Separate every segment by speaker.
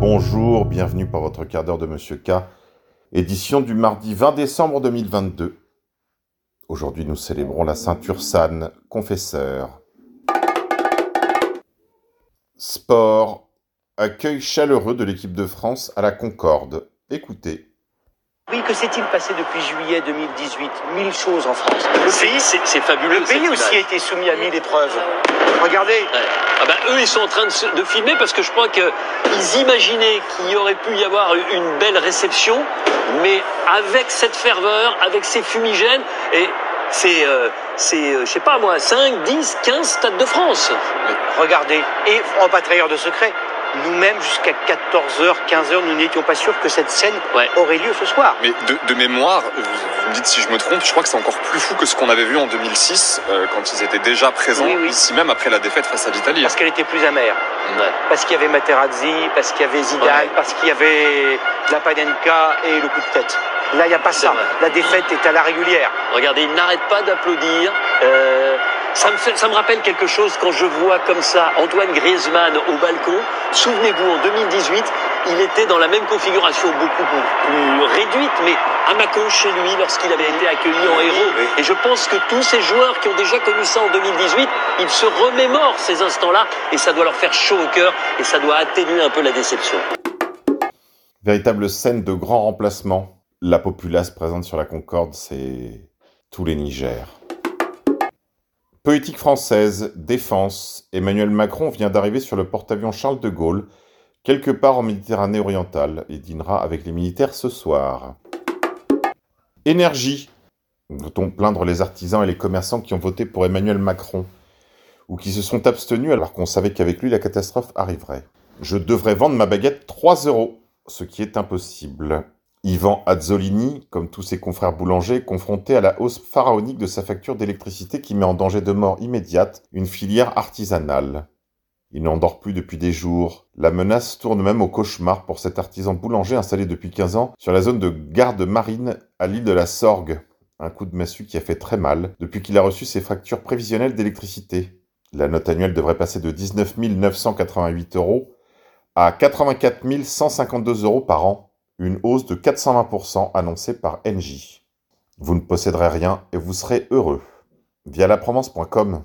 Speaker 1: Bonjour, bienvenue pour votre quart d'heure de Monsieur K, édition du mardi 20 décembre 2022. Aujourd'hui, nous célébrons la Sainte Ursane, confesseur. Sport, accueil chaleureux de l'équipe de France à la Concorde. Écoutez.
Speaker 2: Oui, que s'est-il passé depuis juillet 2018? 1000 choses en France.
Speaker 3: Le pays, c'est fabuleux.
Speaker 2: Le pays aussi a été soumis à 1000 épreuves. Regardez.
Speaker 3: Ouais. Ah ben, eux, ils sont en train de filmer parce que je crois qu'ils imaginaient qu'il y aurait pu y avoir une belle réception, mais avec cette ferveur, avec ces fumigènes, et c'est je sais pas moi, 5, 10, 15 stades de France.
Speaker 2: Mais regardez. Et en pas trahir de secret, nous-mêmes, jusqu'à 14h, 15h, nous n'étions pas sûrs que cette scène aurait lieu ce soir.
Speaker 4: Mais de mémoire, vous me dites si je me trompe, je crois que c'est encore plus fou que ce qu'on avait vu en 2006, quand ils étaient déjà présents ici même après la défaite face à l'Italie.
Speaker 2: Parce qu'elle était plus amère. Ouais. Parce qu'il y avait Materazzi, parce qu'il y avait Zidane, parce qu'il y avait Lapanenka et le coup de tête. Là, il n'y a pas ça. La défaite est à la régulière.
Speaker 3: Regardez, il n'arrête pas d'applaudir. Ça me rappelle quelque chose quand je vois comme ça Antoine Griezmann au balcon. Souvenez-vous, en 2018, il était dans la même configuration, beaucoup plus réduite, mais à Mâcon, chez lui, lorsqu'il avait été accueilli en héros. Oui. Et je pense que tous ces joueurs qui ont déjà connu ça en 2018, ils se remémorent ces instants-là, et ça doit leur faire chaud au cœur, et ça doit atténuer un peu la déception.
Speaker 1: Véritable scène de grand remplacement. La populace présente sur la Concorde, c'est tous les Niger. Politique française, défense. Emmanuel Macron vient d'arriver sur le porte-avions Charles de Gaulle, quelque part en Méditerranée orientale, et dînera avec les militaires ce soir. Énergie. Doit-on plaindre les artisans et les commerçants qui ont voté pour Emmanuel Macron, ou qui se sont abstenus alors qu'on savait qu'avec lui la catastrophe arriverait? Je devrais vendre ma baguette 3 €, ce qui est impossible. Yvan Azzolini, comme tous ses confrères boulangers, confronté à la hausse pharaonique de sa facture d'électricité qui met en danger de mort immédiate une filière artisanale. Il n'en dort plus depuis des jours. La menace tourne même au cauchemar pour cet artisan boulanger installé depuis 15 ans sur la zone de garde marine à l'île de la Sorgue. Un coup de massue qui a fait très mal depuis qu'il a reçu ses factures prévisionnelles d'électricité. La note annuelle devrait passer de 19 988 € à 84 152 € par an. Une hausse de 420% annoncée par Engie. Vous ne posséderez rien et vous serez heureux. Via laprovence.com.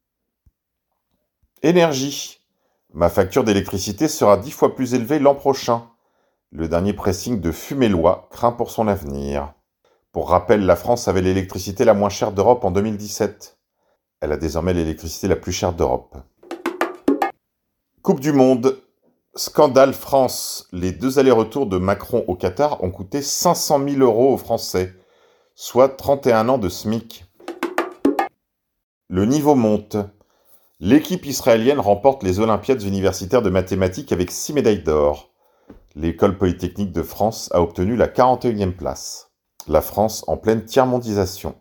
Speaker 1: Énergie. Ma facture d'électricité sera 10 fois plus élevée l'an prochain. Le dernier pressing de Fumélois craint pour son avenir. Pour rappel, la France avait l'électricité la moins chère d'Europe en 2017. Elle a désormais l'électricité la plus chère d'Europe. Coupe du Monde. Scandale France. Les 2 allers-retours de Macron au Qatar ont coûté 500 000 € aux Français, soit 31 ans de SMIC. Le niveau monte. L'équipe israélienne remporte les Olympiades universitaires de mathématiques avec 6 médailles d'or. L'École polytechnique de France a obtenu la 41e place. La France en pleine tiers-mondisation.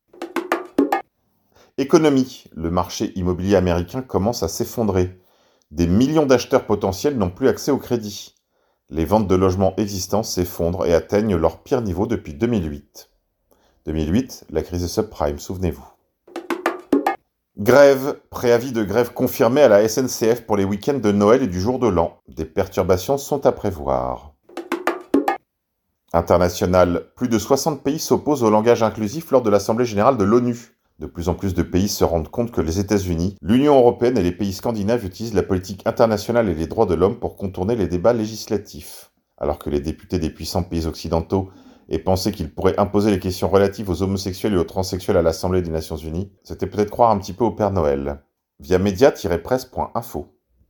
Speaker 1: Économie. Le marché immobilier américain commence à s'effondrer. Des millions d'acheteurs potentiels n'ont plus accès au crédit. Les ventes de logements existants s'effondrent et atteignent leur pire niveau depuis 2008. 2008, la crise des subprimes, souvenez-vous. Grève. Préavis de grève confirmé à la SNCF pour les week-ends de Noël et du jour de l'an. Des perturbations sont à prévoir. International. Plus de 60 pays s'opposent au langage inclusif lors de l'Assemblée générale de l'ONU. De plus en plus de pays se rendent compte que les États-Unis, l'Union européenne et les pays scandinaves utilisent la politique internationale et les droits de l'homme pour contourner les débats législatifs. Alors que les députés des puissants pays occidentaux aient pensé qu'ils pourraient imposer les questions relatives aux homosexuels et aux transsexuels à l'Assemblée des Nations Unies, c'était peut-être croire un petit peu au Père Noël. Via media-presse.info.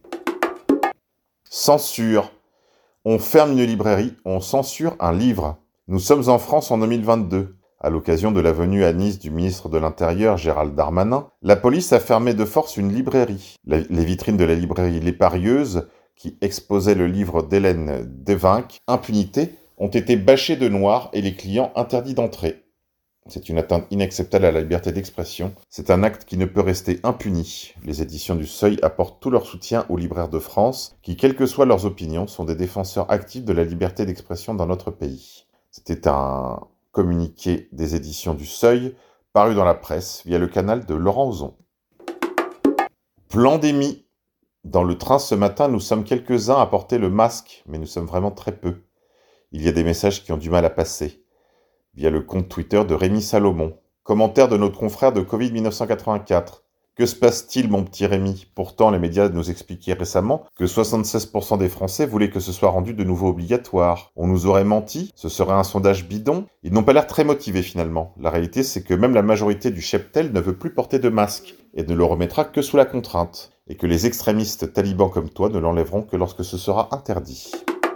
Speaker 1: Censure. On ferme une librairie, on censure un livre. Nous sommes en France en 2022. À l'occasion de la venue à Nice du ministre de l'Intérieur, Gérald Darmanin, la police a fermé de force une librairie. Les vitrines de la librairie Les Parieuses, qui exposait le livre d'Hélène Devinck, Impunité, ont été bâchées de noir et les clients interdits d'entrer. C'est une atteinte inacceptable à la liberté d'expression. C'est un acte qui ne peut rester impuni. Les éditions du Seuil apportent tout leur soutien aux libraires de France, qui, quelles que soient leurs opinions, sont des défenseurs actifs de la liberté d'expression dans notre pays. C'était un communiqué des éditions du Seuil, paru dans la presse via le canal de Laurent Ozon. Plandémie. Dans le train ce matin, nous sommes quelques-uns à porter le masque, mais nous sommes vraiment très peu. Il y a des messages qui ont du mal à passer. Via le compte Twitter de Rémi Salomon. Commentaire de notre confrère de Covid 1984. Que se passe-t-il, mon petit Rémi? Pourtant, les médias nous expliquaient récemment que 76% des Français voulaient que ce soit rendu de nouveau obligatoire. On nous aurait menti? Ce serait un sondage bidon? Ils n'ont pas l'air très motivés finalement. La réalité, c'est que même la majorité du cheptel ne veut plus porter de masque et ne le remettra que sous la contrainte. Et que les extrémistes talibans comme toi ne l'enlèveront que lorsque ce sera interdit.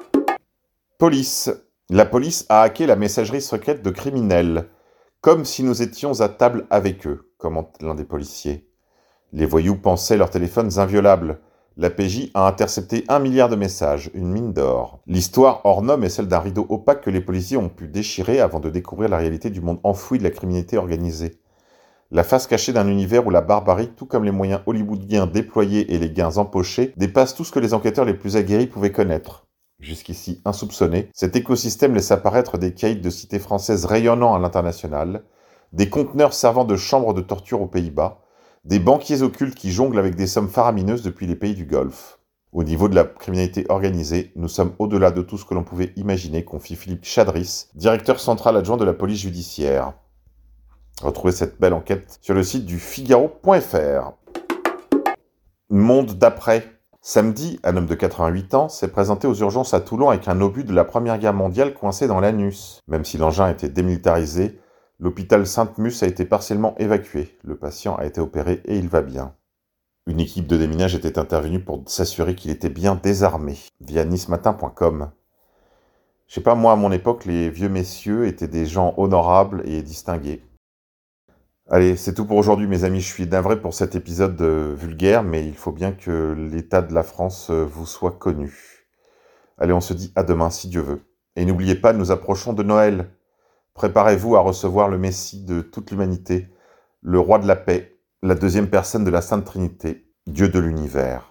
Speaker 1: Police. La police a hacké la messagerie secrète de criminels. Comme si nous étions à table avec eux, commente l'un des policiers. Les voyous pensaient leurs téléphones inviolables. La PJ a intercepté 1 milliard de messages, une mine d'or. L'histoire hors norme est celle d'un rideau opaque que les policiers ont pu déchirer avant de découvrir la réalité du monde enfoui de la criminalité organisée. La face cachée d'un univers où la barbarie, tout comme les moyens hollywoodiens déployés et les gains empochés, dépasse tout ce que les enquêteurs les plus aguerris pouvaient connaître. Jusqu'ici insoupçonné, cet écosystème laisse apparaître des caïds de cités françaises rayonnant à l'international, des conteneurs servant de chambre de torture aux Pays-Bas, des banquiers occultes qui jonglent avec des sommes faramineuses depuis les pays du Golfe. Au niveau de la criminalité organisée, nous sommes au-delà de tout ce que l'on pouvait imaginer, confie Philippe Chadris, directeur central adjoint de la police judiciaire. Retrouvez cette belle enquête sur le site du Figaro.fr. Monde d'après. Samedi, un homme de 88 ans s'est présenté aux urgences à Toulon avec un obus de la Première Guerre mondiale coincé dans l'anus. Même si l'engin était démilitarisé, l'hôpital Sainte-Musse a été partiellement évacué. Le patient a été opéré et il va bien. Une équipe de déminage était intervenue pour s'assurer qu'il était bien désarmé, via nicematin.com. Je sais pas, moi, à mon époque, les vieux messieurs étaient des gens honorables et distingués. Allez, c'est tout pour aujourd'hui, mes amis. Je suis navré pour cet épisode vulgaire, mais il faut bien que l'état de la France vous soit connu. Allez, on se dit à demain, si Dieu veut. Et n'oubliez pas, nous approchons de Noël. Préparez-vous à recevoir le Messie de toute l'humanité, le roi de la paix, la deuxième personne de la Sainte Trinité, Dieu de l'univers.